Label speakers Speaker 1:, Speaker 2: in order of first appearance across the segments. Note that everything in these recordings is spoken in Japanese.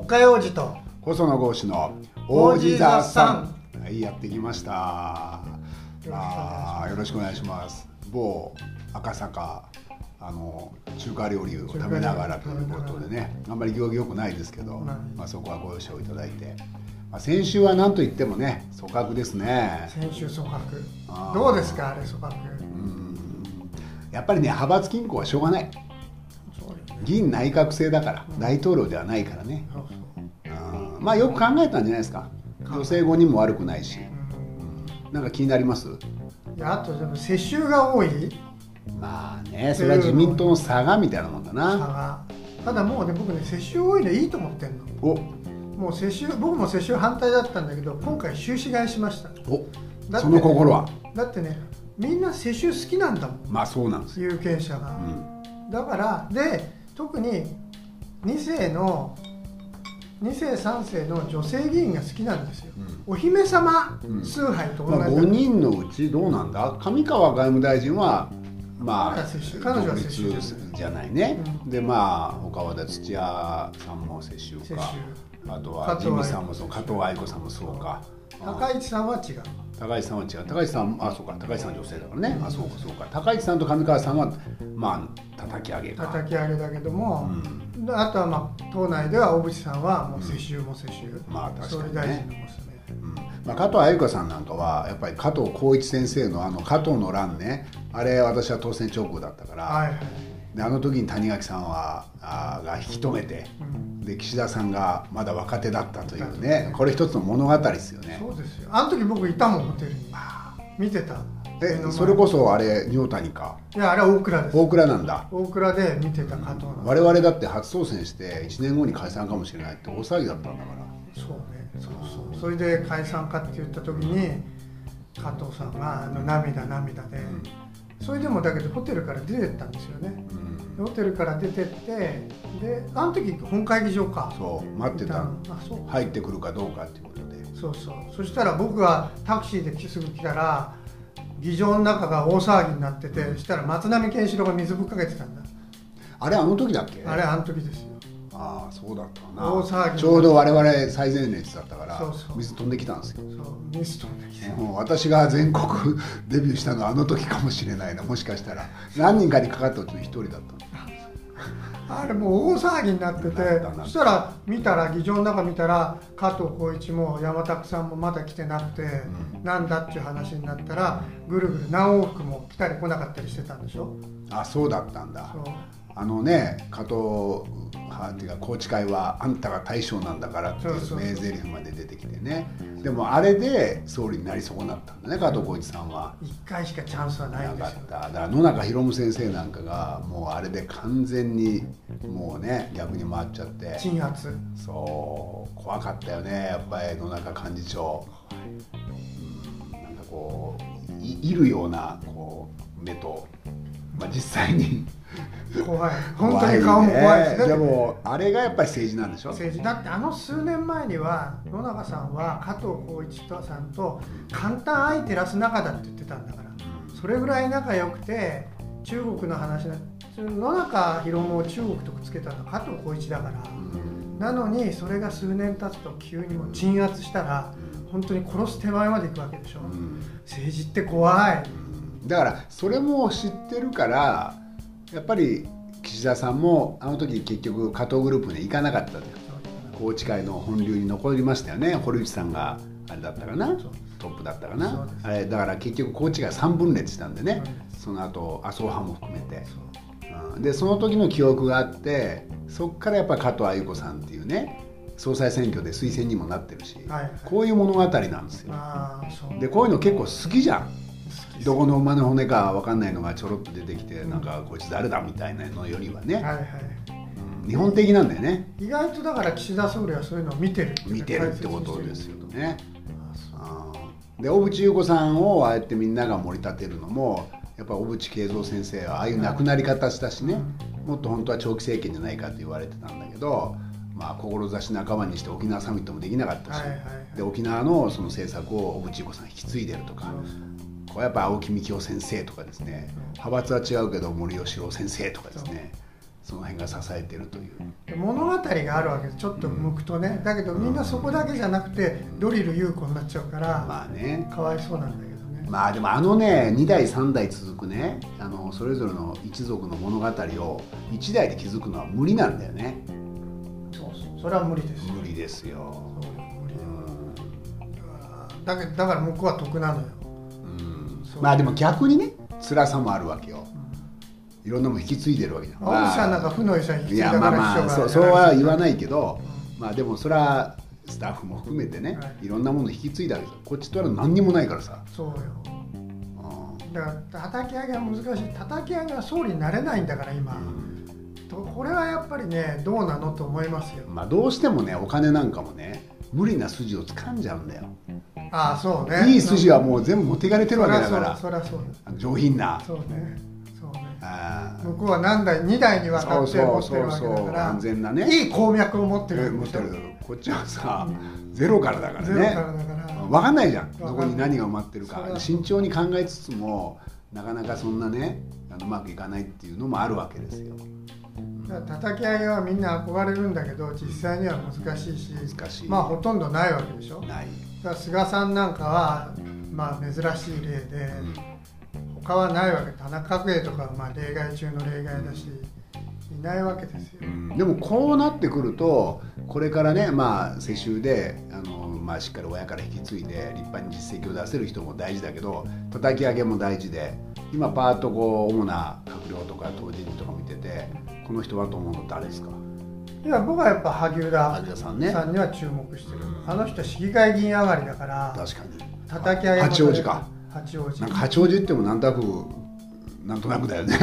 Speaker 1: 岡洋二と
Speaker 2: 細野豪志の
Speaker 1: 王子座さん。
Speaker 2: はい、やってきました。よろしくお願いします。某赤坂中華料理を食べながらということでね、あんまり行儀よくないですけど、そこはご容赦をいただいて、先週は何と言ってもね、組閣ですね。
Speaker 1: 先週組閣どうですか、あれ組閣。
Speaker 2: やっぱりね、派閥均衡はしょうがない。議員内閣制だから、大統領ではないからね。まあよく考えたんじゃないですか。女性5人も悪くないし、なんか気になります？
Speaker 1: いや、あとでも世襲が多い。
Speaker 2: まあね、それは自民党の差がみたいなもんだな。
Speaker 1: 差が。ただもうね、僕ね、世襲多いのいいと思ってんの。もう世襲、僕も世襲反対だったんだけど、今回終止買いしました。
Speaker 2: その心は？
Speaker 1: だってね、みんな世襲好きなんだもん。
Speaker 2: まあそうなんですよ。
Speaker 1: 有権者が、だからで、特に2世3世の女性議員が好きなんですよ。お姫様崇拝と同じだ。
Speaker 2: 5人のうちどうなんだ。上川外務大臣はまあ
Speaker 1: 彼女は世襲
Speaker 2: じゃないね。でまあ他は土屋さんも世襲か。あとはジミさんもそう、加藤愛子さんもそうか。
Speaker 1: 高市さんは違う。
Speaker 2: 高市さんは違う。高市さん、そうか、高市さんは女性だからね。そうかそうか。高市さんと上川さんはまあ叩き上げか。
Speaker 1: 叩き上げだけども、あとはまあ党内では小渕さんはもう世襲も世襲。
Speaker 2: まあ確かにね。
Speaker 1: 総理大臣の娘。
Speaker 2: 加藤愛子さんなんかはやっぱり加藤浩一先生の加藤の乱ね、あれ私は当選直後だったから、であの時に谷垣さんが引き止めて、で岸田さんがまだ若手だったというね、これ一つの物語ですよね。
Speaker 1: そうですよ。あの時僕いたもん、ホテルに見てた。
Speaker 2: それこそあれ尿谷か。
Speaker 1: いや、あれは大倉です。
Speaker 2: 大倉なんだ。
Speaker 1: 大倉で見てた加藤の。
Speaker 2: 我々だって初当選して1年後に解散かもしれないって大騒ぎだったんだから。
Speaker 1: そうね、そうそれで解散かって言った時に加藤さんが涙で、それでもだけどホテルから出てったんですよね。ホテルから出てって、であの時本会議場か。
Speaker 2: そう待ってたの。入ってくるかどうかっていうことで。
Speaker 1: そしたら僕がタクシーですぐ来たら議場の中が大騒ぎになってて、そしたら松並健四郎が水ぶっかけてたんだ。
Speaker 2: あれあの時だっけ？
Speaker 1: あれあの時ですよ。
Speaker 2: そうだったな。
Speaker 1: 大騒ぎ。
Speaker 2: ちょうど我々最前列だったから水飛んできたんですよ。
Speaker 1: 水飛んできて、
Speaker 2: 私が全国デビューしたのはあの時かもしれないな。もしかしたら何人かにかかったうちの1人だったの。
Speaker 1: あれもう大騒ぎになってて、そしたら議場の中見たら加藤浩一も山田さんもまだ来てなくて、なんだっていう話になったらぐるぐる何往復も来たり来なかったりしてたんでしょ。
Speaker 2: そうだったんだ。加藤派っていうか宏池会はあんたが大将なんだからっていう名台詞まで出てきてね。でもあれで総理になり損なったんだね、加藤浩一さんは。
Speaker 1: 1回しかチャンスはないんですよ。
Speaker 2: だから野中宏先生なんかがもうあれで完全にもうね逆に回っちゃって、
Speaker 1: 鎮圧。
Speaker 2: そう怖かったよね、やっぱり野中幹事長。なんかこういるようなこう目と、実際に
Speaker 1: 怖い、本当に顔も怖いし。
Speaker 2: でもあれがやっぱり政治なんでしょ。
Speaker 1: 政治だって、数年前には野中さんは加藤浩一さんと簡単相照らす仲だって言ってたんだから、それぐらい仲良くて、中国の話野中宏も中国とくっつけたのは加藤浩一だから、なのにそれが数年経つと急にもう鎮圧したら本当に殺す手前までいくわけでしょ。政治って怖い。
Speaker 2: だからそれも知ってるから、やっぱり岸田さんもあの時結局加藤グループに行かなかったという宏池会の本流に残りましたよね。堀内さんがあれだったかな、トップだったかな。あれだから結局宏池会3分裂したんでね、その後麻生派も含めて、でその時の記憶があって、そこからやっぱり加藤鮎子さんっていうね総裁選挙で推薦にもなってるし、こういう物語なんですよ。でこういうの結構好きじゃん。どこの馬の骨か分かんないのがちょろっと出てきて、なんかこいつ誰だみたいなのよりはね、日本的なんだよね。
Speaker 1: 意外とだから岸田総理はそういうのを見てる
Speaker 2: ってことですよね。で小渕優子さんをああやってみんなが盛り立てるのも、やっぱり小渕恵三先生はああいう亡くなり方したしね、もっと本当は長期政権じゃないかと言われてたんだけど、志半ばにして沖縄サミットもできなかったし、で沖縄のその政策を小渕優子さん引き継いでるとか、これやっぱ青木幹雄先生とかですね、派閥は違うけど森喜朗先生とかですね、 その辺が支えてるという。
Speaker 1: で物語があるわけです、ちょっと向くとね。だけどみんなそこだけじゃなくてドリル優子になっちゃうから、
Speaker 2: まあね、
Speaker 1: かわいそうなんだけどね。
Speaker 2: まあでもね2代3代続くねそれぞれの一族の物語を1代で築くのは無理なんだよね。
Speaker 1: そうそう、それは無理ですよ。
Speaker 2: 無理ですよ。
Speaker 1: そう無理だから向こうは得なのよ。
Speaker 2: まあでも逆にね辛さもあるわけよ。いろんなもん引き継いでるわけじゃん。
Speaker 1: 青木さんなんか負の遺産引き継いだから
Speaker 2: いやまあそうは言わないけど、まあでもそれはスタッフも含めてね、いろんなもの引き継いだわけですよ。こっちとは何にもないからさ。
Speaker 1: そうよ。だから叩き上げは難しい。叩き上げは総理になれないんだから今。これはやっぱりねどうなのと思いますよ。
Speaker 2: まあどうしてもねお金なんかもね無理な筋を掴んじゃうんだよ。
Speaker 1: ああそうね。
Speaker 2: いい筋はもう全部持っていかれてるわけだから。
Speaker 1: そりゃそうだ。
Speaker 2: 上品な。
Speaker 1: そうね。そうね。向こうは何代2代にわたって持ってるわけだから
Speaker 2: 安全なね。
Speaker 1: いい鉱脈を持ってる。
Speaker 2: 持ってる。こっちはさゼロからだからね。
Speaker 1: ゼロからだから。
Speaker 2: 分かんないじゃん。どこに何が埋まってるか。慎重に考えつつもなかなかそんなねうまくいかないっていうのもあるわけですよ。
Speaker 1: 叩き上げはみんな憧れるんだけど実際には難しいし、まあほとんどないわけでしょ。
Speaker 2: ない。
Speaker 1: だから菅さんなんかはまあ珍しい例で、他はないわけ。田中角栄とかはまあ例外中の例外だし、いないわけですよ。
Speaker 2: でもこうなってくるとこれからねまあ世襲でまあしっかり親から引き継いで立派に実績を出せる人も大事だけど叩き上げも大事で、今パーッとこう主な閣僚とか党人とか見ててこの人はと思うの誰ですか？
Speaker 1: いや僕はやっぱ萩生田
Speaker 2: さんね。
Speaker 1: さんには注目してる。あの人は市議会議員上がりだから。
Speaker 2: 確かに。
Speaker 1: 叩き上げも
Speaker 2: 八王子か。
Speaker 1: 八王子。
Speaker 2: なんか八王子ってもなんとなくだよね。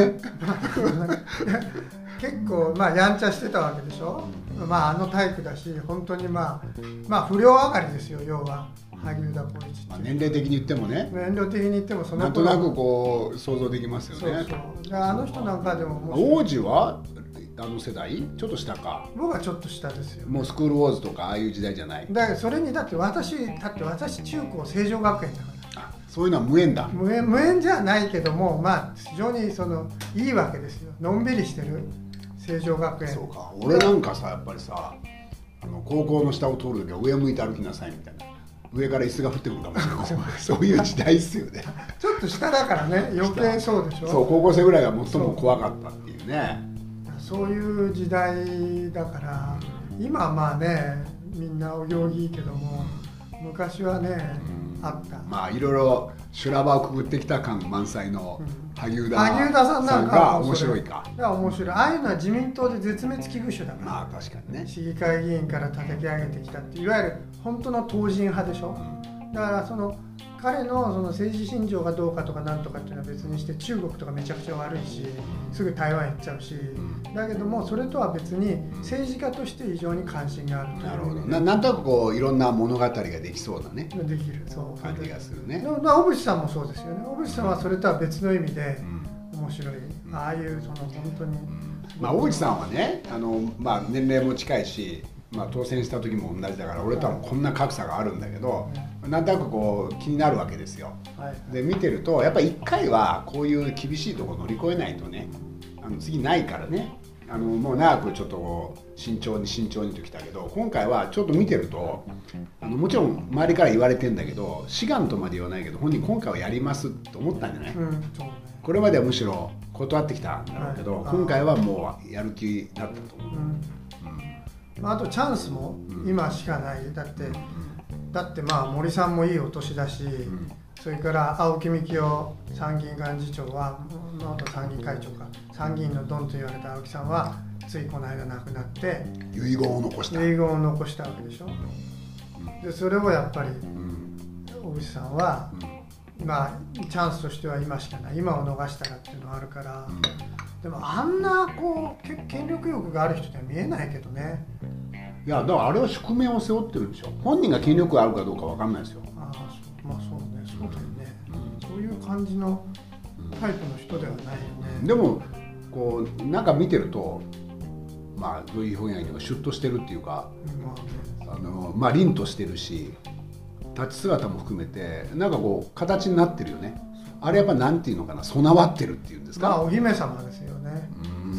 Speaker 1: 結構まあやんちゃしてたわけでしょ。まあタイプだし本当にまあ不良上がりですよ要は萩生田光一って。
Speaker 2: 年齢的に言ってもね。
Speaker 1: 年齢的に言ってもその
Speaker 2: なんとなくこう想像できますよね。
Speaker 1: そうそう。あの人なんかでも
Speaker 2: 王子は世代ちょっと下か。
Speaker 1: 僕はちょっと下ですよ。
Speaker 2: もうスクールウォーズとかああいう時代じゃない。
Speaker 1: だからそれにだって私中高成城学園だから。
Speaker 2: そういうのは無縁だ。
Speaker 1: 無縁じゃないけどもまあ非常にいいわけですよ。のんびりしてる成城学園。
Speaker 2: そうか。俺なんかさやっぱりさ高校の下を通る時は上向いて歩きなさいみたいな。上から椅子が降ってくるかもしれない。そういう時代ですよね。
Speaker 1: ちょっと下だからね余計そうでしょ。
Speaker 2: そう高校生ぐらいが最も怖かったっていうね。
Speaker 1: そういう時代だから今はまあねみんなお行儀いいけども昔はねあった。
Speaker 2: まあいろいろ修羅場をくぐってきた感満載の萩生田
Speaker 1: さんなんか
Speaker 2: 面白いか。
Speaker 1: いや面白い。ああいうのは自民党で絶滅危惧種だから。
Speaker 2: まあ確かにね。
Speaker 1: 市議会議員から叩き上げてきたっていわゆる本当の党人派でしょ。だから彼の政治信条がどうかとかなんとかっていうのは別にして中国とかめちゃくちゃ悪いしすぐ台湾行っちゃうし、だけどもそれとは別に政治家として非常に関心があるという。
Speaker 2: なるほど。なんとなくこういろんな物語ができそうなね
Speaker 1: できるそう
Speaker 2: 感じがするね。
Speaker 1: 小渕さんもそうですよね。小渕さんはそれとは別の意味で面白い。ああいう本当に
Speaker 2: まあ小渕さんはねまあ年齢も近いしまあ、当選した時も同じだから俺とはこんな格差があるんだけど、なんとなくこう気になるわけですよ。で見てるとやっぱり1回はこういう厳しいところ乗り越えないとね次ないからねもう長くちょっと慎重にときたけど今回はちょっと見てるともちろん周りから言われてんだけど志願とまで言わないけど本人今回はやりますと思ったんじゃない、これまではむしろ断ってきたんだろうけど、今回はもうやる気だったと思う。
Speaker 1: あとチャンスも今しかない。だってまあ森さんもいいお年だし、それから青木幹雄参議院幹事長は元参議院会長か参議院のドンと言われた青木さんはついこの間亡くなって
Speaker 2: 遺言を残した
Speaker 1: わけでしょ。でそれをやっぱり小渕さんはまあチャンスとしては今しかない。今を逃したらっていうのはあるから、でもあんなこう権力欲がある人には見えないけどね。
Speaker 2: いやだからあれは宿命を背負ってるでしょ。本人が権力があるかどうかわかんないですよ。
Speaker 1: まあそうね、そうだよね、そういう感じのタイプの人ではないよね。
Speaker 2: でもこうなんか見てるとまあどういう表現がいいのかシュッとしてるっていうか、まあ凛としてるし立ち姿も含めてなんかこう形になってるよね。あれやっぱなんていうのかな備わってるっていうんですか。
Speaker 1: まあお姫様ですよね。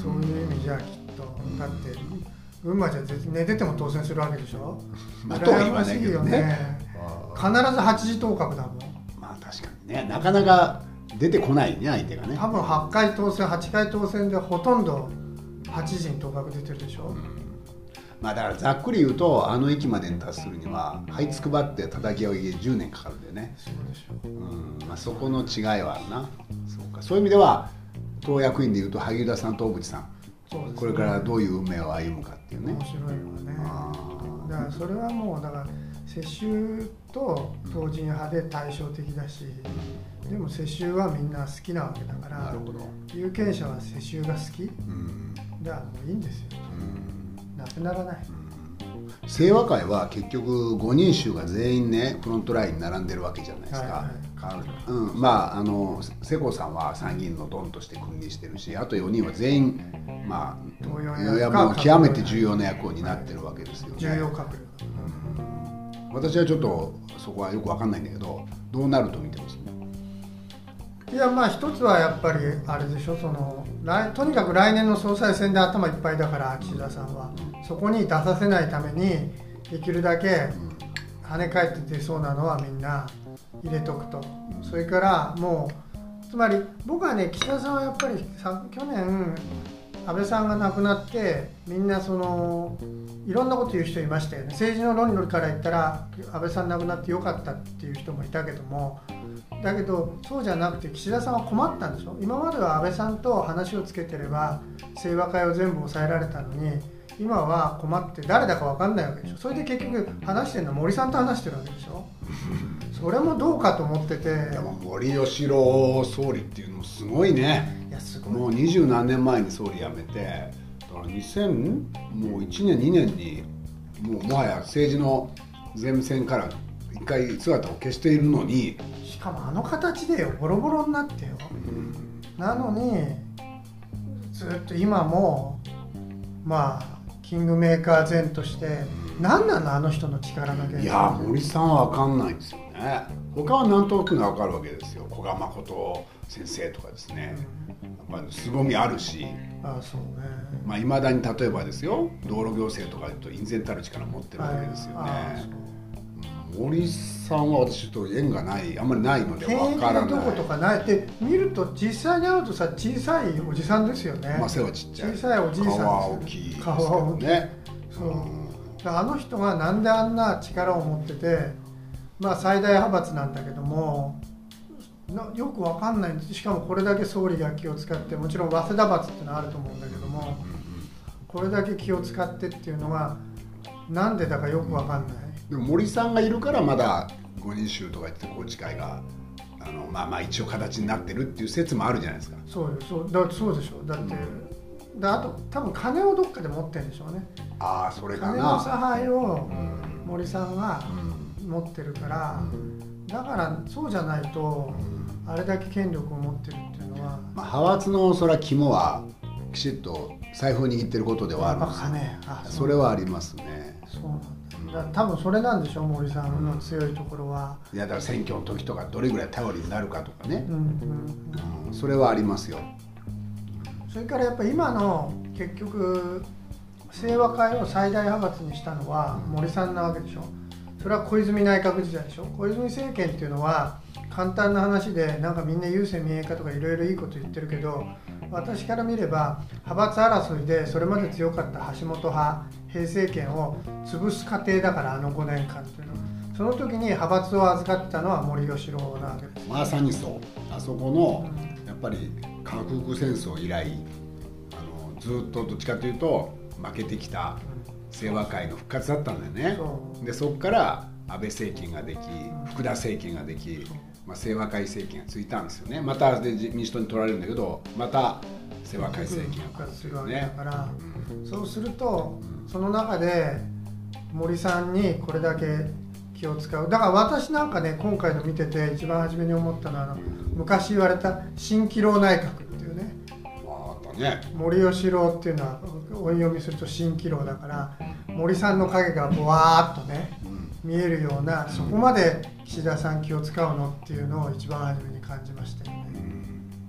Speaker 1: そういう意味じゃきっとだって群馬じゃ寝てても当選するわけでしょ。
Speaker 2: まあとは言わないけどね。
Speaker 1: 必ず8次当確だもん。
Speaker 2: まあ確かにね、なかなか出てこないね、相手がね。
Speaker 1: 多分8回当選8回当選でほとんど8次に当確出てるでしょ。
Speaker 2: まあだからざっくり言うとあの域までに達するには這いつくばって叩き上げ10年かかるんだよね。
Speaker 1: そうでしょ。
Speaker 2: まあ、そこの違いはあるな。そうか、そういう意味では党役員でいうと萩生田さんと小渕さん、
Speaker 1: そうですね、
Speaker 2: これからどういう運命を歩むかっていうね。
Speaker 1: 面白いのはね。だからそれはもうだから世襲と党人派で対照的だし、でも世襲はみんな好きなわけだから、
Speaker 2: なるほど。
Speaker 1: 有権者は世襲が好き、だからもういいんですよ、なくならない。
Speaker 2: 清和会は結局5人衆が全員ねフロントラインに並んでるわけじゃないですか。まあ世耕さんは参議院のドンとして君臨してるし、あと4人は全員まあもう極めて重要な役を担ってるわけですよね。
Speaker 1: 重要閣僚。
Speaker 2: 私はちょっとそこはよく分かんないんだけど、どうなると見てますね。
Speaker 1: いや、まあ一つはやっぱりあれでしょ、とにかく来年の総裁選で頭いっぱいだから岸田さんは、そこに出させないためにできるだけ跳ね返って出そうなのはみんな入れとくと。それからもうつまり僕はね、岸田さんはやっぱり去年安倍さんが亡くなってみんないろんなこと言う人いましたよね。政治の論理から言ったら安倍さん亡くなってよかったっていう人もいたけども、だけどそうじゃなくて岸田さんは困ったんでしょ。今までは安倍さんと話をつけてれば清和会を全部抑えられたのに、今は困って誰だか分かんないわけでしょ。それで結局話してるのは森さんと話してるわけでしょ。それもどうかと思ってて。
Speaker 2: でも森喜朗総理っていうのもすごいね。
Speaker 1: いやすごい。
Speaker 2: もう20何年前に総理辞めて、だから2000もう1年2年にもはや政治の前線から一回姿を消しているのに、
Speaker 1: しかもあの形でよ、ボロボロになってよ、なのにずっと今もまあキングメーカー前として何なのあの人の力の原因。
Speaker 2: いや森さんは分かんないんですよね。他は何となく分かるわけですよ。古賀誠先生とかですね、やっぱり凄みあるし、
Speaker 1: そうね、
Speaker 2: まあ、未だに例えばですよ、道路行政とかで言うと隠然たる力持ってるわけですよね。森さんは私と縁があんまりないので分からない。
Speaker 1: どことかないって見ると実際に会うとさ、小さいおじさんですよね。
Speaker 2: まあ背はちっちゃい、
Speaker 1: 小さいおじいさんですよ。
Speaker 2: 顔は大きいです
Speaker 1: 顔は大きいね。そうあの人がなんであんな力を持ってて、まあ最大派閥なんだけどもよくわかんないんです。しかもこれだけ総理が気を使って、もちろん早稲田閥っていうのはあると思うんだけども、これだけ気を使ってっていうのはなんでだかよくわかんない。
Speaker 2: でも森さんがいるからまだ5人衆とか言って宏池会がまあ一応形になってるっていう説もあるじゃないですか。
Speaker 1: そうでしょ。だってあと多分金をどっかで持ってるんでしょうね。
Speaker 2: それかな。
Speaker 1: 金の差配を森さんが持ってるから、だからそうじゃないとあれだけ権力を持ってるっていうのは、
Speaker 2: まあ、派閥のそれは肝はきちっと財布を握ってることではあるんですよね。それはありますね。
Speaker 1: そうなんだ。多分それなんでしょう、森さんの強いところは。
Speaker 2: いやだから選挙の時とかどれぐらい頼りになるかとかね、それはありますよ。
Speaker 1: それからやっぱり今の結局清和会を最大派閥にしたのは森さんなわけでしょ。それは小泉内閣時代でしょ。小泉政権っていうのは簡単な話でなんかみんな郵政民営化とかいろいろいいこと言ってるけど、私から見れば派閥争いでそれまで強かった橋本派平政権を潰す過程だから、あの5年間っていうのは。その時に派閥を預かってたのは森喜朗なわけです。
Speaker 2: まさにそう。あそこのやっぱり韓国戦争以来ずっとどっちかというと負けてきた清和会の復活だったんだよね。でそこから安倍政権ができ、福田政権ができ、清和会政権がついたんですよね。またで民主党に取られるんだけど、また清和会政権が
Speaker 1: 復活するわけだから、そうするとその中で森さんにこれだけ気を使う。だから私なんかね、今回の見てて一番初めに思ったのは昔言われた新紀郎内閣っていうね。森喜朗っていうのは音読みすると新紀郎だから、森さんの影がぼわーっとね、見えるような、そこまで岸田さん気を使うのっていうのを一番初めに感じましたよね。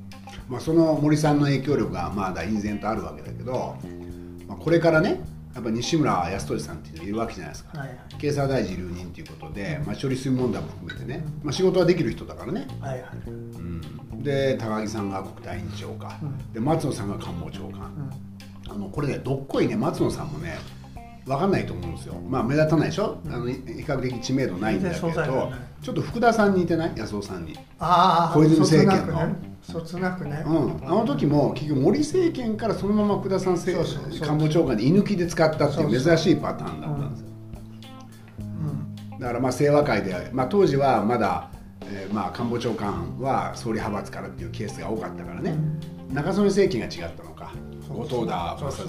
Speaker 2: その森さんの影響力がまだ依然とあるわけだけど、これからねやっぱ西村康稔さんっていうのがいるわけじゃないですか、経済大臣留任ということで、処理水問題も含めてね、仕事はできる人だからね、で高木さんが国対委員長か、で松野さんが官房長官、これねどっこいね松野さんもね分かんないと思うんですよ。目立たないでしょ、比較的知名度ないんだけど、ちょっと福田さんに似てない？安尾さんに。小泉政権の
Speaker 1: そつなくね、
Speaker 2: あの時も結局森政権からそのまま福田さん官房長官に居抜きで使ったっていう珍しいパターンだったんですよ。だから清和会で、当時はまだ、官房長官は総理派閥からっていうケースが多かったからね、中曽根政権が違ったのか、後藤田正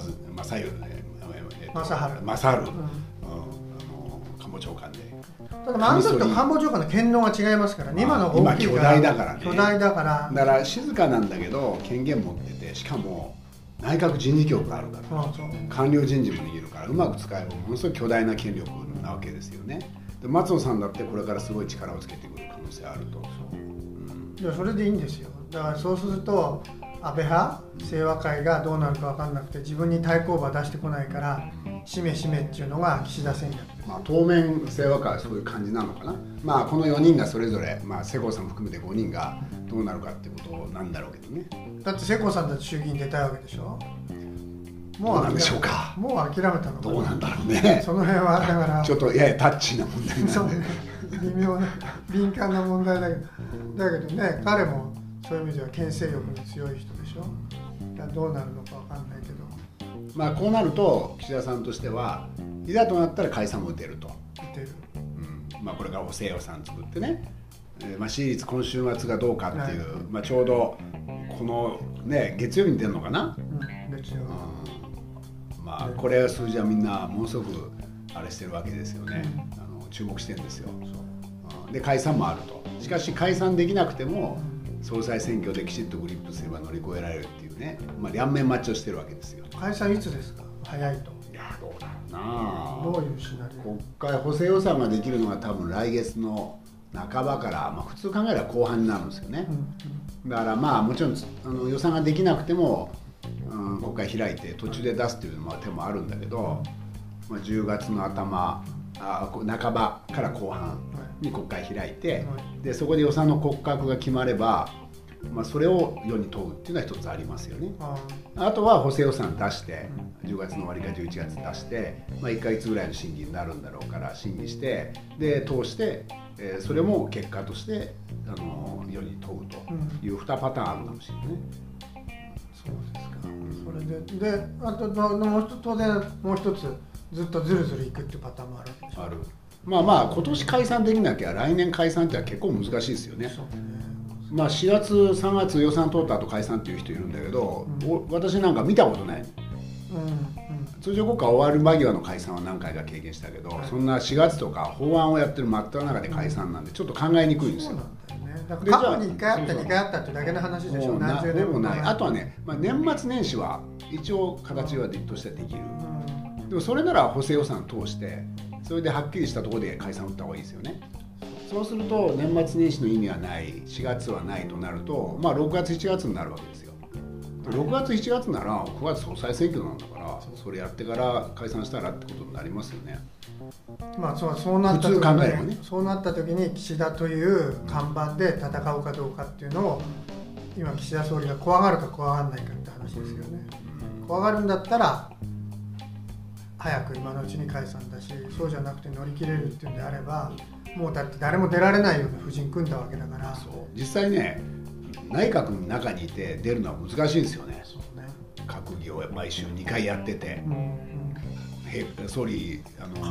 Speaker 2: 治官房長官で。
Speaker 1: ただあの時と官房長官の権能が違いますからね、今の大きいから、
Speaker 2: 今巨大だからね、
Speaker 1: 巨大だから
Speaker 2: 静かなんだけど権限持ってて、しかも内閣人事局があるから、官僚人事も握るから、うまく使えばものすごい巨大な権力なわけですよね。で松野さんだってこれからすごい力をつけてくる可能性あると。
Speaker 1: それでいいんですよ。だからそうすると安倍派清和会がどうなるか分かんなくて、自分に対抗馬出してこないからしめしめっていうのが岸田戦略です。
Speaker 2: 当面清和会はそういう感じなのかな。この4人がそれぞれ、世耕さんも含めて5人がどうなるかってことなんだろうけどね。
Speaker 1: だって世耕さんだって衆議院出たいわけでしょ。
Speaker 2: どうなんでしょうか。
Speaker 1: もう諦めたのかな。
Speaker 2: どうなんだろうね。
Speaker 1: その辺はだから
Speaker 2: ちょっとややタッチーな問題
Speaker 1: そう微妙な敏感な問題だけどね、彼もそういう意味では牽制力の強い人でしょ。どうなるのか分かんないけど、
Speaker 2: こうなると岸田さんとしてはいざとなったら解散も打てると。これから補正予算作ってね、支持率今週末がどうかっていう、ちょうどこのね月曜日に出るのかな。
Speaker 1: 月曜日。
Speaker 2: これ数字はみんなものすごくあれしてるわけですよね。注目してるんですよ。で解散もあると。しかし解散できなくても総裁選挙できちっとグリップすれば乗り越えられるっていうね、両面マッチをしてるわけですよ。
Speaker 1: 解散いつですか？早いと。
Speaker 2: どうだろうな。
Speaker 1: どういうシナリオ？
Speaker 2: 国会補正予算ができるのが多分来月の半ばから、普通考えれば後半になるんですよね。だからもちろん予算ができなくても、国会開いて途中で出すっていう手もあるんだけど、10月の半ばから後半に国会開いて、でそこで予算の骨格が決まれば、それを世に問うっていうのは一つありますよね。あとは補正予算出して10月の終わりか11月出して、1ヶ月ぐらいの審議になるんだろうから審議してで通して、それも結果として世に問うという2パターンあるかもしれないね。
Speaker 1: そうですか。それであともう当然もう一つずっとずるずるいくっていうパターンもあるわけでしょ。
Speaker 2: ある。今年解散できなきゃ来年解散ってのは結構難しいですよね。4月3月予算通った後解散っていう人いるんだけど、私なんか見たことない。通常国会終わる間際の解散は何回か経験したけど、そんな4月とか法案をやってる真っ只中で解散なんでちょっと考えにくいんですよ。
Speaker 1: だから過去に1回あった2回あったってだけの話でしょ。何十年もない。
Speaker 2: あとはね、年末年始は一応形はとしてできる。でもそれなら補正予算通してそれではっきりしたところで解散打った方がいいですよね。そうすると年末年始の意味はない、4月はないとなると、6月7月になるわけですよ。6月7月なら9月総裁選挙なんだから、それやってから解散したらってことになりますよね。
Speaker 1: そうなった時に、
Speaker 2: 普通考えればね、
Speaker 1: そうなった時に岸田という看板で戦うかどうかっていうのを今岸田総理が怖がるか怖がらないかって話ですよね。怖がるんだったら早く今のうちに解散だし、そうじゃなくて乗り切れるっていうんであれば、もうだって誰も出られないような布陣組んだわけだから。
Speaker 2: 実際ね、内閣の中にいて出るのは難しいんですよね。閣議を毎週2回やってて、総理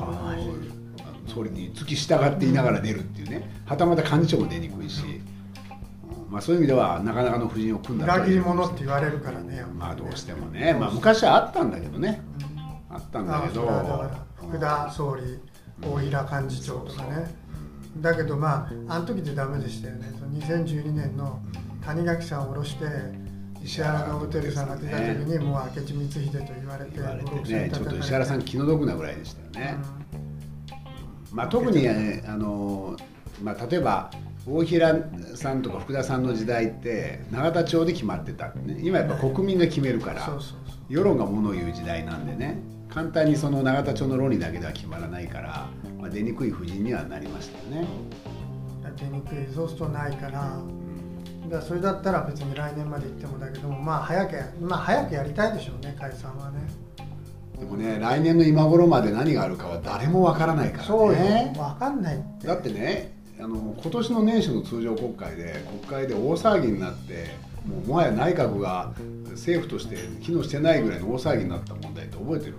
Speaker 2: に付き従っていながら出るっていうね、はたまた幹事長も出にくいし、そういう意味ではなかなかの布陣を組んだ
Speaker 1: 裏切り者って言われるからね。
Speaker 2: どうしてもね、昔はあったんだけどね、あったんだけど、
Speaker 1: 福田総理、大平幹事長とかね、だけどあの時でダメでしたよね。2012年の谷垣さんを下ろして石原伸晃さんが出た時にもう明智光秀と言われて
Speaker 2: ね、ちょっと石原さん気の毒なぐらいでしたよね。特に例えば大平さんとか福田さんの時代って永田町で決まってた、ね、今やっぱ国民が決めるから、世論が物を言う時代なんでね、簡単にその永田町の論理だけでは決まらないから、まあ、出にくい布陣にはなりましたよね。
Speaker 1: 出にくい、そうするとないから、だからそれだったら別に来年まで行ってもだけども、まあ早くやりたいでしょうね、解散はね。
Speaker 2: でもね、来年の今頃まで何があるかは誰もわからないからね。
Speaker 1: そうよ、わかんないって。
Speaker 2: だってね、今年の年初の通常国会で大騒ぎになって、もはや内閣が政府として機能してないぐらいの大騒ぎになった問題って覚えてる？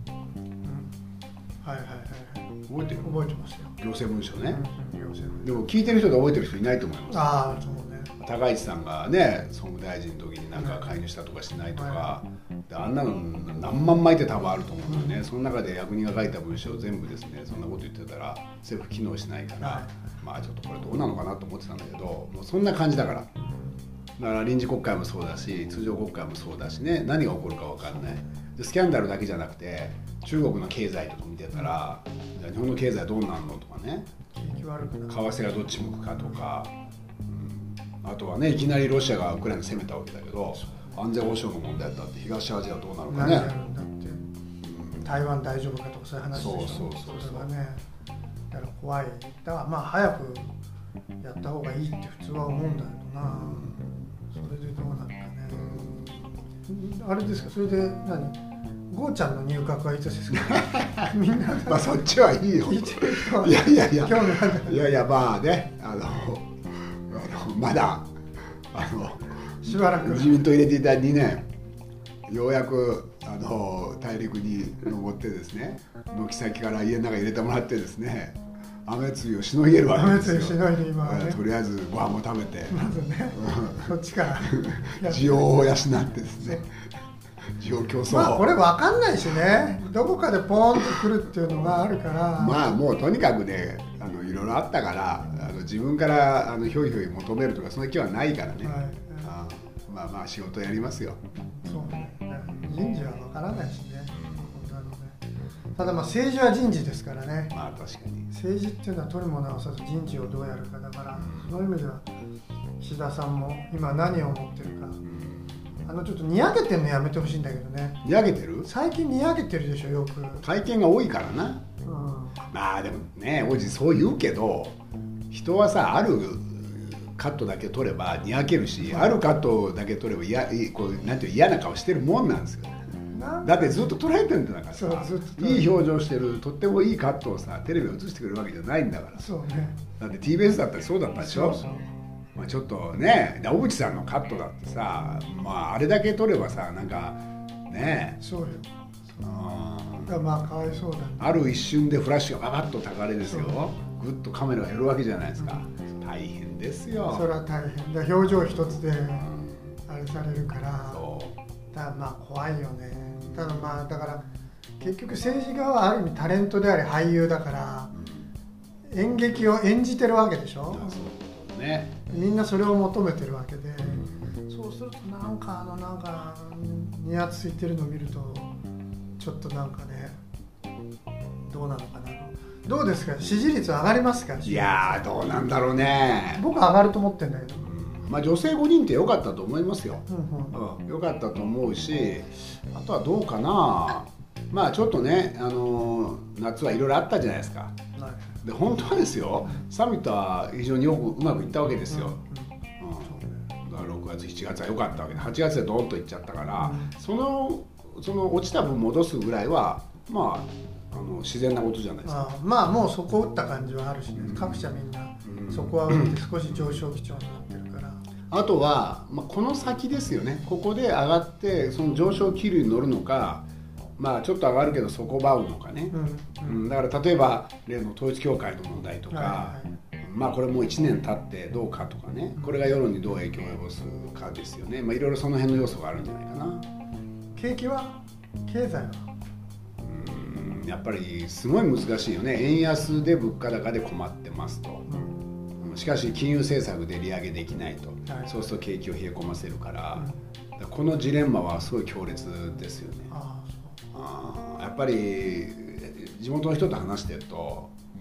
Speaker 1: はいはいはい。
Speaker 2: 覚えてる？
Speaker 1: 覚えてますよ。
Speaker 2: 行政文書ね、
Speaker 1: 行政文書。
Speaker 2: でも聞いてる人で覚えてる人いないと思います。
Speaker 1: ああ、そうね。
Speaker 2: 高市さんがね、総務大臣の時になんか介入したとかしないとか、であんなの何万枚って多分あると思うんだよね、その中で役人が書いた文章を全部ですね、そんなこと言ってたら政府機能しないから、まあちょっとこれどうなのかなと思ってたんだけど、もうそんな感じだから。だから臨時国会もそうだし、通常国会もそうだしね、何が起こるか分かんない。でスキャンダルだけじゃなくて、中国の経済とか見てたら、じゃあ日本の経済どうなるのとかね、為替がどっち向くかとか、あとはね、いきなりロシアがウクライナ攻めたわけだけど、安全保障の問題だって東アジアどうなるかね。
Speaker 1: 何やるんだって、台湾大丈夫かとかそういう話でしょ。それがね、だから怖い。だからまあ早くやった方がいいって普通は思うんだけどな。それでどうなるかね。あれですか、それでゴーちゃんの入閣はいつですか？みんな
Speaker 2: まあそっちはいいよ。いやまあね、まだ
Speaker 1: しばらく
Speaker 2: 自民党入れていた2年、ようやく大陸に登ってですね、軒先から家の中に入れてもらってですね、雨露をしのげるわけですよ。
Speaker 1: 雨露しのいで今はね、
Speaker 2: とりあえずご飯も食べて、
Speaker 1: まずね、そっちから
Speaker 2: 需要を養ってですね、需要競争。
Speaker 1: まあこれ分かんないしね、どこかでポーンと来るっていうのがあるから、
Speaker 2: まあもうとにかくね、いろいろあったから、自分からひょいひょい求めるとかそんな気はないからね、まあまあ仕事やりますよ。
Speaker 1: そうね、人事は分からないしね、ただまあ政治は人事ですからね。
Speaker 2: まあ確かに
Speaker 1: 政治っていうのは取るものはさず人事をどうやるかだから、その意味では岸田さんも今何を思ってるか、ちょっとにやけてるのやめてほしいんだけどね。
Speaker 2: にやけてる？
Speaker 1: 最近にやけてるでしょ、よく。
Speaker 2: 会見が多いからな。まあでもね、おじそう言うけど、人はさ、あるカットだけ取ればにやけるし、あるカットだけ取ればなんていう嫌な顔してるもんなんですよ。だってずっと捉えてるんだからさ、いい表情してる、とってもいいカットをさ、テレビに映してくれるわけじゃないんだから。
Speaker 1: そうね。
Speaker 2: だって TBS だったらそうだったでしょ。まあちょっとね、小渕さんのカットだってさ、まああれだけ撮ればさ、なんかね、
Speaker 1: そうよ。まあかわいそうだね。
Speaker 2: ある一瞬でフラッシュがババッとたかれですよ。ぐっとカメラが減るわけじゃないですか。大変ですよ。
Speaker 1: それは大変だ。表情一つであれされるから。だからまあ怖いよね。ただまあだから結局政治家はある意味タレントであり俳優だから、演劇を演じてるわけでしょ。
Speaker 2: ね、
Speaker 1: みんなそれを求めてるわけで、そうするとなんかにやついてるのを見るとちょっとなんかね、どうなのかな。どうですか、支持率上がりますか？い
Speaker 2: やーどうなんだろうね。
Speaker 1: 僕上がると思ってんだけど、
Speaker 2: まあ女性5人って良かったと思いますよ。良かったと思うし、あとはどうかな。まあちょっとね、夏はいろいろあったじゃないですか。で本当はですよ、サミットは非常にうまくいったわけですよ。だから6月7月は良かったわけで、8月でドーンといっちゃったから、その落ちた分戻すぐらいはまあ自然なことじゃないですか。
Speaker 1: まあもうそこ打った感じはあるしね、各社みんなそこは打って少し上昇基調になってるから。
Speaker 2: あとは、まあ、この先ですよね。ここで上がってその上昇気流に乗るのか、まあちょっと上がるけど底ばうのかね。だから例えば例の統一教会の問題とか、まあこれもう1年経ってどうかとかね、これが世論にどう影響を及ぼすかですよね。まあいろいろその辺の要素があるんじゃないかな。
Speaker 1: 景気は、経済は
Speaker 2: やっぱりすごい難しいよね。円安で物価高で困ってますと、しかし金融政策で利上げできないと、そうすると景気を冷え込ませるから、このジレンマはすごい強烈ですよね。やっぱり地元の人と話してると、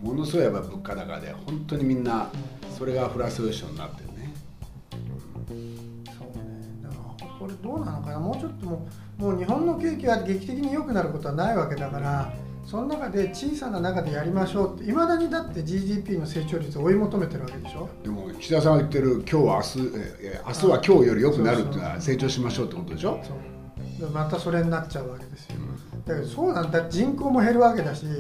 Speaker 2: ものすごいやっぱ物価高で本当にみんなそれがフラストレーションになってるね。
Speaker 1: そうね。だからこれどうなのかな。もうちょっともう日本の景気が劇的に良くなることはないわけだから、その中で小さな中でやりましょうって、いまだにだって GDP の成長率を追い求めてるわけでしょ。
Speaker 2: でも岸田さんが言ってる今日は明日は今日より良くなるっていうのは成長しましょうってことでしょ。
Speaker 1: そうまたそれになっちゃうわけですよ。だけどそうなんだ、人口も減るわけだし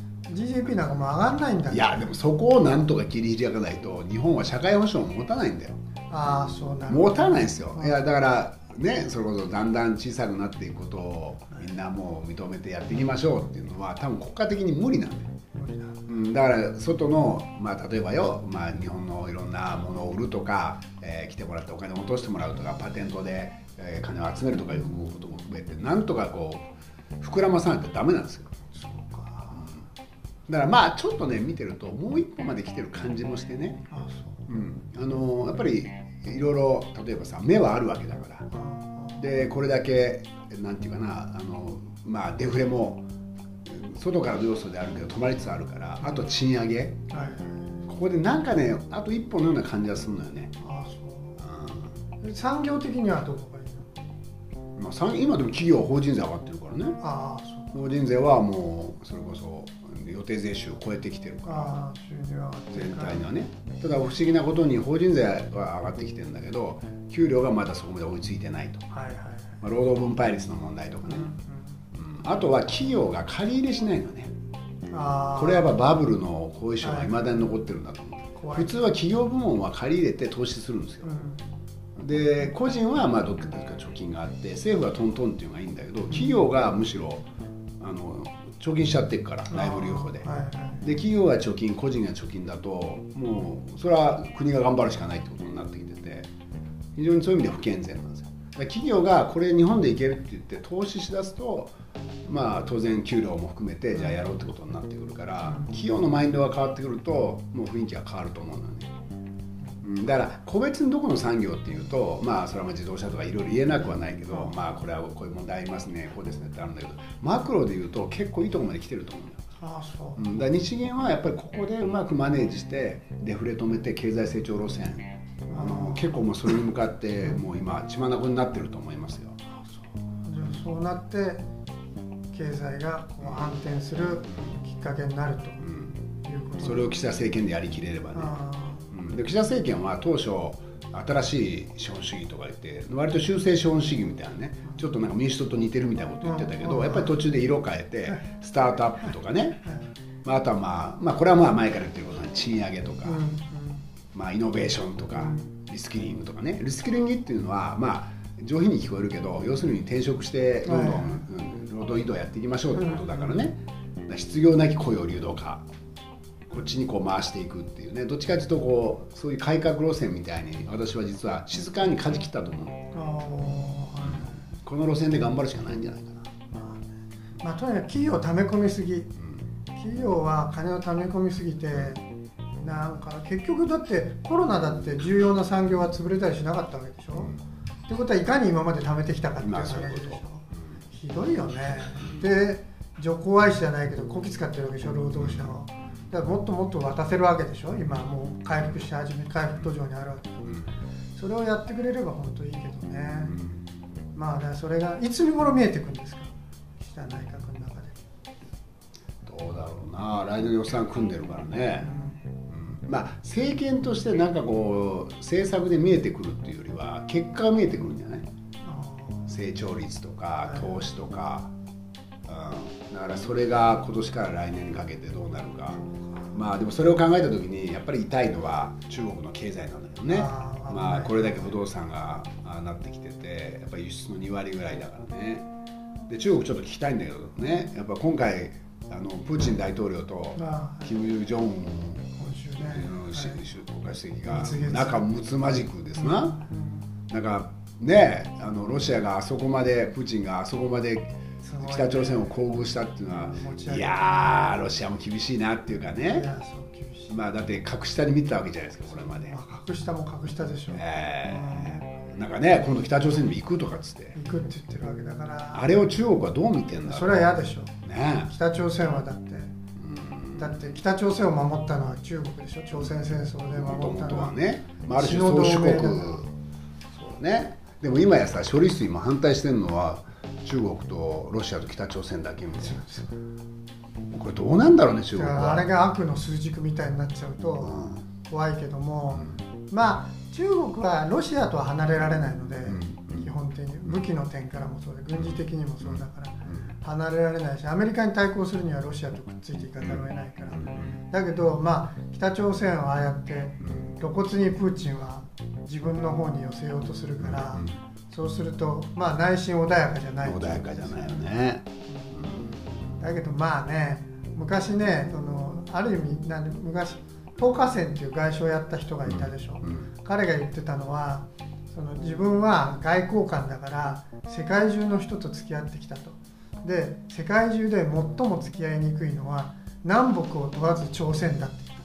Speaker 1: GDP なんかもう上がんないんだ。
Speaker 2: いやでもそこをなんとか切り開かないと日本は社会保障も持たないんだよ。
Speaker 1: ああそうなる。
Speaker 2: 持たないですよ。いやだからね、それこそだんだん小さくなっていくことをみんなもう認めてやっていきましょうっていうのは多分国家的に無理なんだよ。だから外の、例えばよ、日本のいろんなものを売るとか、来てもらってお金を落としてもらうとかパテントで、金を集めるとかいうことも含めてなんとかこう膨らまさないとダメなんですよ。
Speaker 1: そうか。
Speaker 2: だからちょっとね見てるともう一歩まで来てる感じもしてね。やっぱりいろいろ例えばさ目はあるわけだからでこれだけなんていうかなデフレも外からの要素であるけど止まりつつあるからあと賃上げ、ここでなんかねあと一歩のような感じがするのよね。
Speaker 1: 産業的にはどこがいいの？
Speaker 2: 今でも企業法人税上がってるからね。法人税はもうそれこそ予定税収を超えてきてるから全体にはね。ただ不思議なことに法人税は上がってきてるんだけど給料がまだそこまで追いついてないと、労働分配率の問題とかね、あとは企業が借り入れしないのね。これはやっぱバブルの後遺症がいまだに残ってるんだと思う。普通は企業部門は借り入れて投資するんですよ。で個人はどっか貯金があって政府がトントンっていうのがいいんだけど企業がむしろ貯金しちゃってるから内部留保で、で企業が貯金個人が貯金だともうそれは国が頑張るしかないってことになってきてて非常にそういう意味で不健全なんですよ。企業がこれ日本でいけるって言って投資しだすと当然給料も含めてじゃあやろうってことになってくるから企業のマインドが変わってくるともう雰囲気が変わると思うのよね。だから個別にどこの産業っていうとそれは自動車とかいろいろ言えなくはないけどこれはこういう問題ありますねこうですねってあるんだけどマクロでいうと結構いいところまで来てると思うんだよ。だから日銀はやっぱりここでうまくマネージしてデフレ止めて経済成長路線結構もうそれに向かってもう今血眼になってると思いますよ。
Speaker 1: じゃあそうなって経済がこう反転するきっかけになるということ、
Speaker 2: それを岸田政権でやりきれればね。で岸田政権は当初新しい資本主義とか言って割と修正資本主義みたいなねちょっとなんか民主党と似てるみたいなこと言ってたけどやっぱり途中で色変えてスタートアップとかねあとはこれは前から言ってることは賃上げとかイノベーションとかリスキリングとかね。リスキリングっていうのは上品に聞こえるけど要するに転職してどんどん労働移動やっていきましょうってことだからね。失業なき雇用流動化こっちにこう回していくっていうね。どっちかというとそういう改革路線みたいに私は実は静かに舵切ったと思う。この路線で頑張るしかないんじゃないかな。
Speaker 1: とにかく企業を溜め込みすぎ、企業は金を溜め込みすぎてなんか結局だってコロナだって重要な産業は潰れたりしなかったわけでしょ。ってことはいかに今まで貯めてきたかっていう話でしょ。ひどいよね。で女工愛しじゃないけどこき使ってるわけでしょ労働者を。だからもっともっと渡せるわけでしょ。今もう回復し始め回復途上にあるわけ、それをやってくれれば本当いいけどね、だからそれがいつに頃見えてくるんですか岸田内閣の中で。
Speaker 2: どうだろうな。来年予算組んでるからね、政権としてなんか政策で見えてくるっていうよりは結果が見えてくるんじゃない。成長率とか投資とか、だからそれが今年から来年にかけてどうなるか。でもそれを考えた時にやっぱり痛いのは中国の経済なんだけどね。これだけ不動産がなってきててやっぱり輸出の2割ぐらいだからね。で中国ちょっと聞きたいんだけどねやっぱ今回プーチン大統領とキム・ジョンウン国家主席が仲睦まじくですな。なんかねロシアがあそこまでプーチンがあそこまで北朝鮮を厚遇したっていうのはいやーロシアも厳しいなっていうかね。だって格下に見てたわけじゃないですかこれまで。
Speaker 1: 格下も格下でしょ。
Speaker 2: なんかね今度北朝鮮にも行くとかっつって
Speaker 1: 行くって言ってるわけだから
Speaker 2: あれを中国はどう見てんだろう。
Speaker 1: それは嫌でしょ、
Speaker 2: ね。
Speaker 1: 北朝鮮はだってだって北朝鮮を守ったのは中国でしょ。朝鮮戦争で守ったのは
Speaker 2: ね、ある種宗主国。そうね。でも今やさ、処理水も反対してるのは中国とロシアと北朝鮮だけみたいな。これどうなんだろうね、中国は。
Speaker 1: あれが悪の枢軸みたいになっちゃうと怖いけども、まあ中国はロシアとは離れられないので、基本的に武器の点からもそうで軍事的にもそうだから離れられないし、アメリカに対抗するにはロシアとくっついていかざるを得ないから。だけどまあ北朝鮮はああやって露骨にプーチンは自分の方に寄せようとするから、そうするとまあ内心穏やかじゃない。
Speaker 2: 穏やかじゃないよね。
Speaker 1: だけどまあね、昔ね、ある意味昔東華線っていう外相をやった人がいたでしょ。彼が言ってたのは、自分は外交官だから世界中の人と付き合ってきたと。で世界中で最も付き合いにくいのは南北を問わず朝鮮だって言った。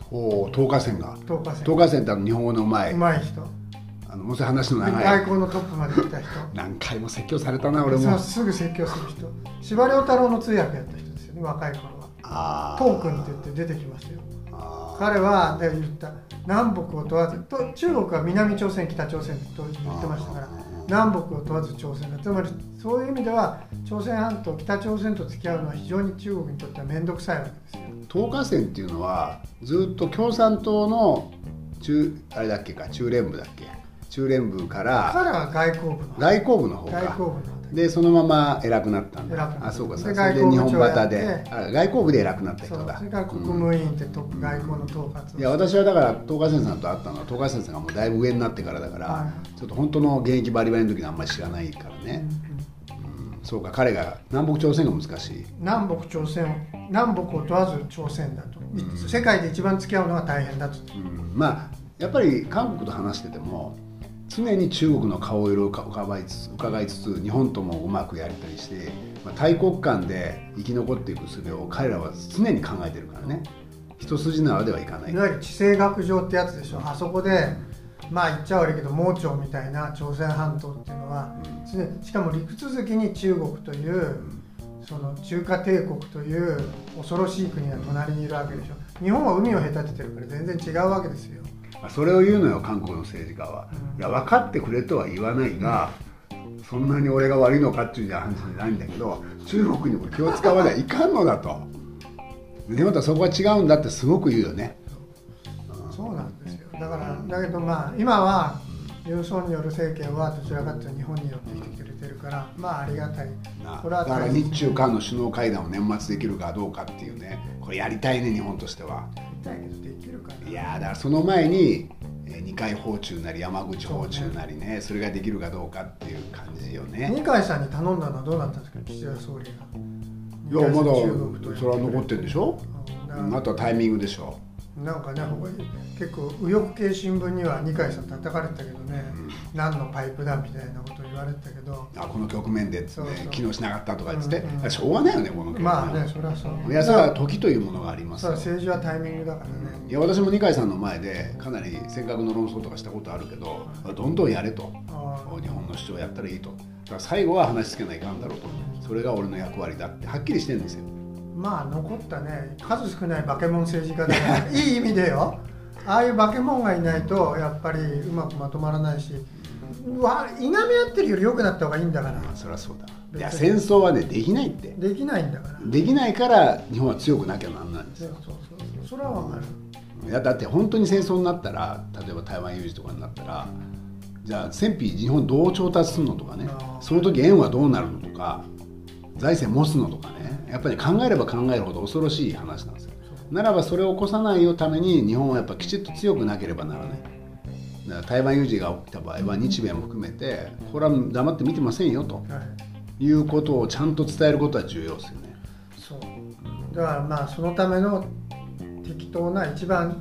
Speaker 2: ほう、東華線が。東華線って日本語のうまい
Speaker 1: 人、
Speaker 2: もうそういう話の長い
Speaker 1: 外交のトップまで来た人。
Speaker 2: 何回も説教されたな、俺も。
Speaker 1: すぐ説教する人。司馬遼太郎の通訳やった人ですよね、若い頃は。トークンって言って出てきましたよ。彼は言った、南北を問わずと、中国は南朝鮮北朝鮮と言ってましたから、南北を問わず朝鮮だ。つまりそういう意味では朝鮮半島、北朝鮮と付き合うのは非常に中国にとっては面倒くさいわけですよ。
Speaker 2: 東華線っていうのはずっと共産党のあれだっけか、中連部だっけ、中連部から。
Speaker 1: 彼は外交部の方
Speaker 2: か。でそのまま偉くなったんだ。あ、そうか。それで日本旗で外交部で偉くなった人だ。
Speaker 1: それから国務委員って外交の統括。
Speaker 2: いや、私はだから東華線さんと会ったのは東華線さんがもうだいぶ上になってからだから、ちょっと本当の現役バリバリの時はあんまり知らないからね。そうか、彼が南北朝鮮が難しい。
Speaker 1: 南北を問わず朝鮮だと。世界で一番付き合うのが大変だと。
Speaker 2: まあやっぱり韓国と話してても常に中国の顔色を伺いつつ日本ともうまくやりたりして、大国間で生き残っていく術を彼らは常に考えてるからね。一筋縄ではいかない。
Speaker 1: いわゆる地政学上ってやつでしょ。あそこでまあ言っちゃ悪いけど盲腸みたいな朝鮮半島っていうのは、しかも陸続きに中国という、その中華帝国という恐ろしい国が隣にいるわけでしょ。日本は海を隔ててるから全然違うわけですよ。
Speaker 2: それを言うのよ、韓国の政治家は。いや、分かってくれとは言わないが、そんなに俺が悪いのかっていう話じゃないんだけど、中国にも気を使わないかんのだと。日本とはそこは違うんだってすごく言うよね。
Speaker 1: そうなんですよ。だけどまあ今はユン・ソンニョル政権はどちらかというと日本に寄ってきてくれてるから、まあありがたい。
Speaker 2: これはだから日中韓の首脳会談を年末できるかどうかっていうね、これやりたいね、日本としては。
Speaker 1: やりたいけどできるかな。
Speaker 2: いやだからその前に二階訪中なり山口訪中なりね、それができるかどうかっていう感じよね。
Speaker 1: 二階さんに頼んだのはどうなったんですか、岸田総理が。
Speaker 2: いや、まだそれは残ってるんでしょ。あとはタイミングでしょ。
Speaker 1: なんかね、結構右翼系新聞には二階さん叩かれてたけどね、何のパイプだみたいなことを言われてたけど、
Speaker 2: この局面でって機能しなかったとか言ってて、しょうがないよね、この局面。
Speaker 1: まあね、それはそう。
Speaker 2: いや、それは時というものがありますよ。
Speaker 1: 政治はタイミングだからね。
Speaker 2: いや、私も二階さんの前でかなり尖閣の論争とかしたことあるけど、どんどんやれと、日本の主張やったらいいと。だから最後は話しつけないかんだろうと、それが俺の役割だってはっきりしてるんですよ。
Speaker 1: まあ残ったね、数少ない化け物政治家だからいい意味でよ。ああいう化け物がいないとやっぱりうまくまとまらないし、いがみ合ってるより良くなった方がいいんだから。
Speaker 2: そりゃそうだ。いや、戦争はね、できないって。
Speaker 1: できないんだから。
Speaker 2: できないから日本は強くなきゃなんないんですよ。
Speaker 1: それは分かる。
Speaker 2: いや、だって本当に戦争になったら、例えば台湾有事とかになったら、じゃあ戦費日本どう調達するのとかね、その時円はどうなるのとか、財政持つのとかね、やっぱり考えれば考えるほど恐ろしい話なんですよ。ならばそれを起こさないために日本はやっぱきちっと強くなければならない。だから台湾有事が起きた場合は日米も含めてこれは黙って見てませんよということをちゃんと伝えることは重要ですよね。
Speaker 1: そうだからまあそのための適当な一番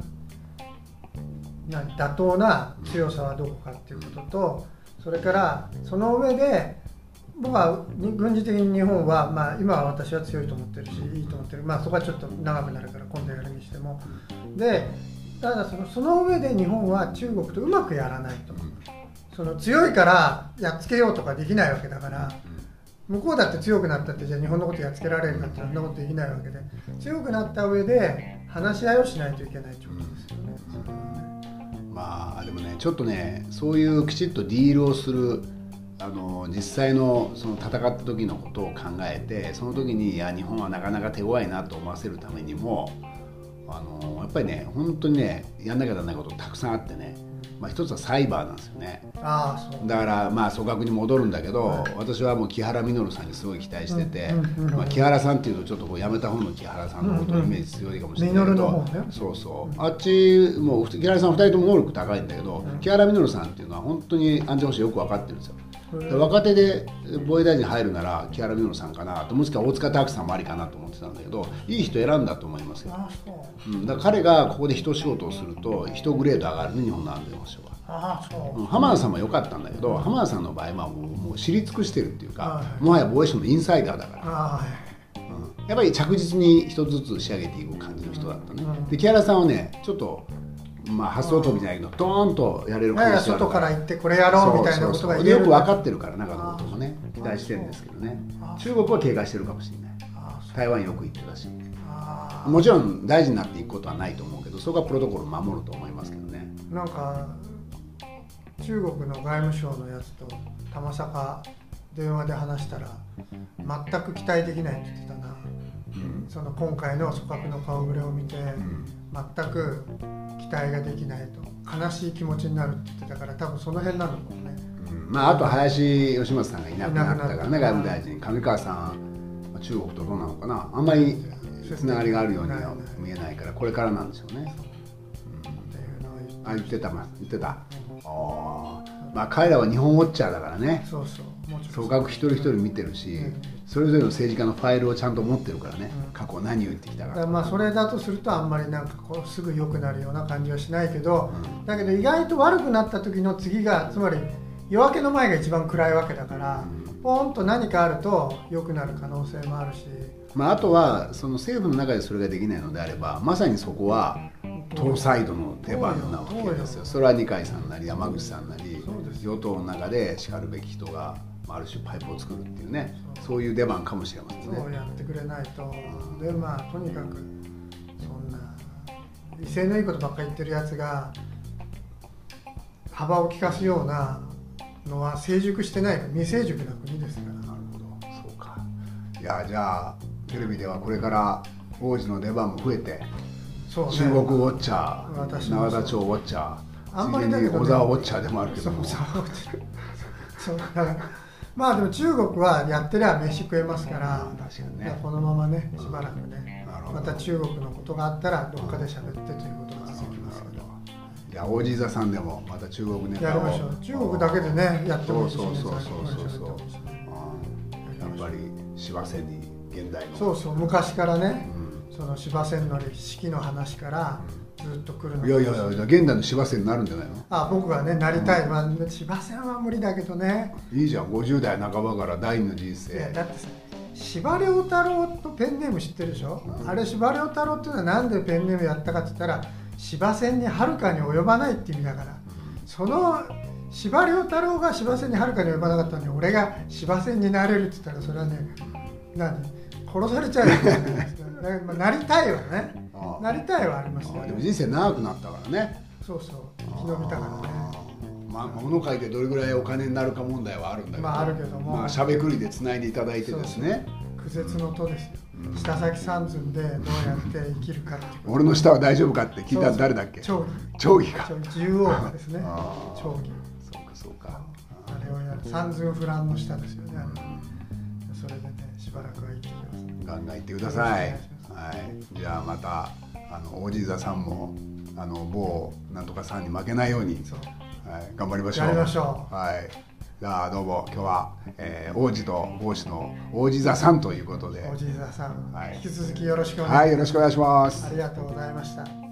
Speaker 1: 妥当な強さはどこかっていうことと、それからその上で僕は軍事的に日本は、まあ、今は私は強いと思ってるしいいと思ってる、まあ、そこはちょっと長くなるから今度やるにしても、でただその上で日本は中国とうまくやらないと、その強いからやっつけようとかできないわけだから、 向こうだって強くなったってじゃあ日本のことやっつけられるかってそんなことできないわけで、強くなった上で話し合いをしないといけないということですよね。
Speaker 2: まあでもねちょっとねそういうきちっとディールをする実際のその戦った時のことを考えて、その時にいや日本はなかなか手強いなと思わせるためにもやっぱりね本当にねやんなきゃならないことたくさんあってね、まあ、一つはサイバーなんですよね。
Speaker 1: そう
Speaker 2: だからまあ組閣に戻るんだけど、私はもう木原稔さんにすごい期待してて、木原さんっていうとちょっとこう辞めた方の木原さんのことのイメージ強いかもしれないけど、そうそうあっちもう木原さん2人とも能力高いんだけど、木原稔さんっていうのは本当に安全保障よく分かってるんですよ。若手で防衛大臣入るなら木原稔さんかなと、もしくは大塚拓さんもありかなと思ってたんだけど、いい人選んだと思いますよ。だから彼がここで一仕事をすると一グレード上がるね、日本の安全保障は。浜田さんも良かったんだけど、浜田さんの場合はもう知り尽くしてるっていうか、もはや防衛省のインサイダーだから、やっぱり着実に一つずつ仕上げていく感じの人だったね。で木原さんはねちょっと発想飛びじゃないけどドーンとやれる可能性があるから、
Speaker 1: 外から行ってこれやろうみたいなことが言える、
Speaker 2: よく分かってるから中のこともね期待してるんですけどね。中国は警戒してるかもしれない。台湾よく行ってたし、もちろん大臣になっていくことはないと思うけど、そこはプロトコルを守ると思いますけどね。
Speaker 1: なんか中国の外務省のやつと玉坂電話で話したら全く期待できないって言ってたな、その今回の組閣の顔ぶれを見て、全く期待ができないと、悲しい気持ちになるって言ってたから、多分その辺なのかもね。
Speaker 2: あと林芳正さんがいなくなったからね、外務大臣。上川さん中国とどうなのかな、あんまりつながりがあるようには見えないから、これからなんでしょうね。言ってた。彼らは日本ウォッチャーだからね。組閣一人一人見てるし、それぞれの政治家のファイルをちゃんと持ってるからね、過去何を言ってきたか。
Speaker 1: それだとするとあんまりなんかこうすぐ良くなるような感じはしないけど、だけど意外と悪くなった時の次が、つまり夜明けの前が一番暗いわけだから、ポンと何かあると良くなる可能性もあるし、
Speaker 2: あとはその政府の中でそれができないのであれば、まさにそこは党サイドの出番なわけですよ。それは二階さんなり山口さんなり与党の中でしかるべき人がある種パイプを作るっていうね、そういう出番かもしれませんね。
Speaker 1: そうやってくれないと。でとにかくそんな威勢のいいことばっかり言ってるやつが幅を利かすようなのは成熟してない未成熟な国ですから。
Speaker 2: なるほど、そうか。いや、じゃあテレビではこれから王子の出番も増えて、中国ウォッチャー、永田町ウォッチャー、
Speaker 1: あんまりだけど、
Speaker 2: 小沢ウォッチャーでもあるけども、
Speaker 1: そうだからでも中国はやってりゃ飯食えますから、
Speaker 2: 確かにね、
Speaker 1: このままねしばらくね、また中国のことがあったらどっかで喋ってということが続きますけど、
Speaker 2: いや、オージー座さんでもまた中国ネタを
Speaker 1: やりましょう。中国だけでねやってもいいしね。
Speaker 2: やっぱり芝線に現代の
Speaker 1: 昔からね、その芝線の四季の話からずっと来るの。
Speaker 2: いや現代の芝線になるんじゃないの？
Speaker 1: 僕がねなりたい、芝線は無理だけどね。
Speaker 2: いいじゃん、50代半ばから第二の人生。
Speaker 1: だってさ、司馬遼太郎とペンネーム知ってるでしょ、あれ司馬遼太郎っていうのはなんでペンネームやったかって言ったら、司馬遷にはるかに及ばないって意味だから、その司馬遼太郎が司馬遷にはるかに及ばなかったのに俺が司馬遷になれるって言ったら、それはね殺されちゃうじゃないですか。なりたいわね、なりたいはありますよね。
Speaker 2: でも人生長くなったからね。
Speaker 1: 生き延びたからね。
Speaker 2: 物書いてどれぐらいお金になるか問題はあるんだけど、
Speaker 1: あるけども、
Speaker 2: しゃべくりでつないでいただいてですね、
Speaker 1: 苦節の途ですよ。下崎三寸でどうやって生きるかっていう。
Speaker 2: 俺の舌は大丈夫かって聞いたら誰だっけ？長義か。
Speaker 1: 縦横がですね。長義。
Speaker 2: そうか。
Speaker 1: あれをやる。三寸不乱の下ですよね。それでね、しばらくは生きてきます。
Speaker 2: ガンガン行ってください。じゃあまたオージー座さんも某なんとかさんに負けないように頑張りましょう。
Speaker 1: やりましょう。
Speaker 2: じゃあどうも今日は王子と帽子の王子座さんということで、
Speaker 1: 王子座さん、引き続きよろしくお願いします。
Speaker 2: よろしくお願いします。
Speaker 1: ありがとうございました。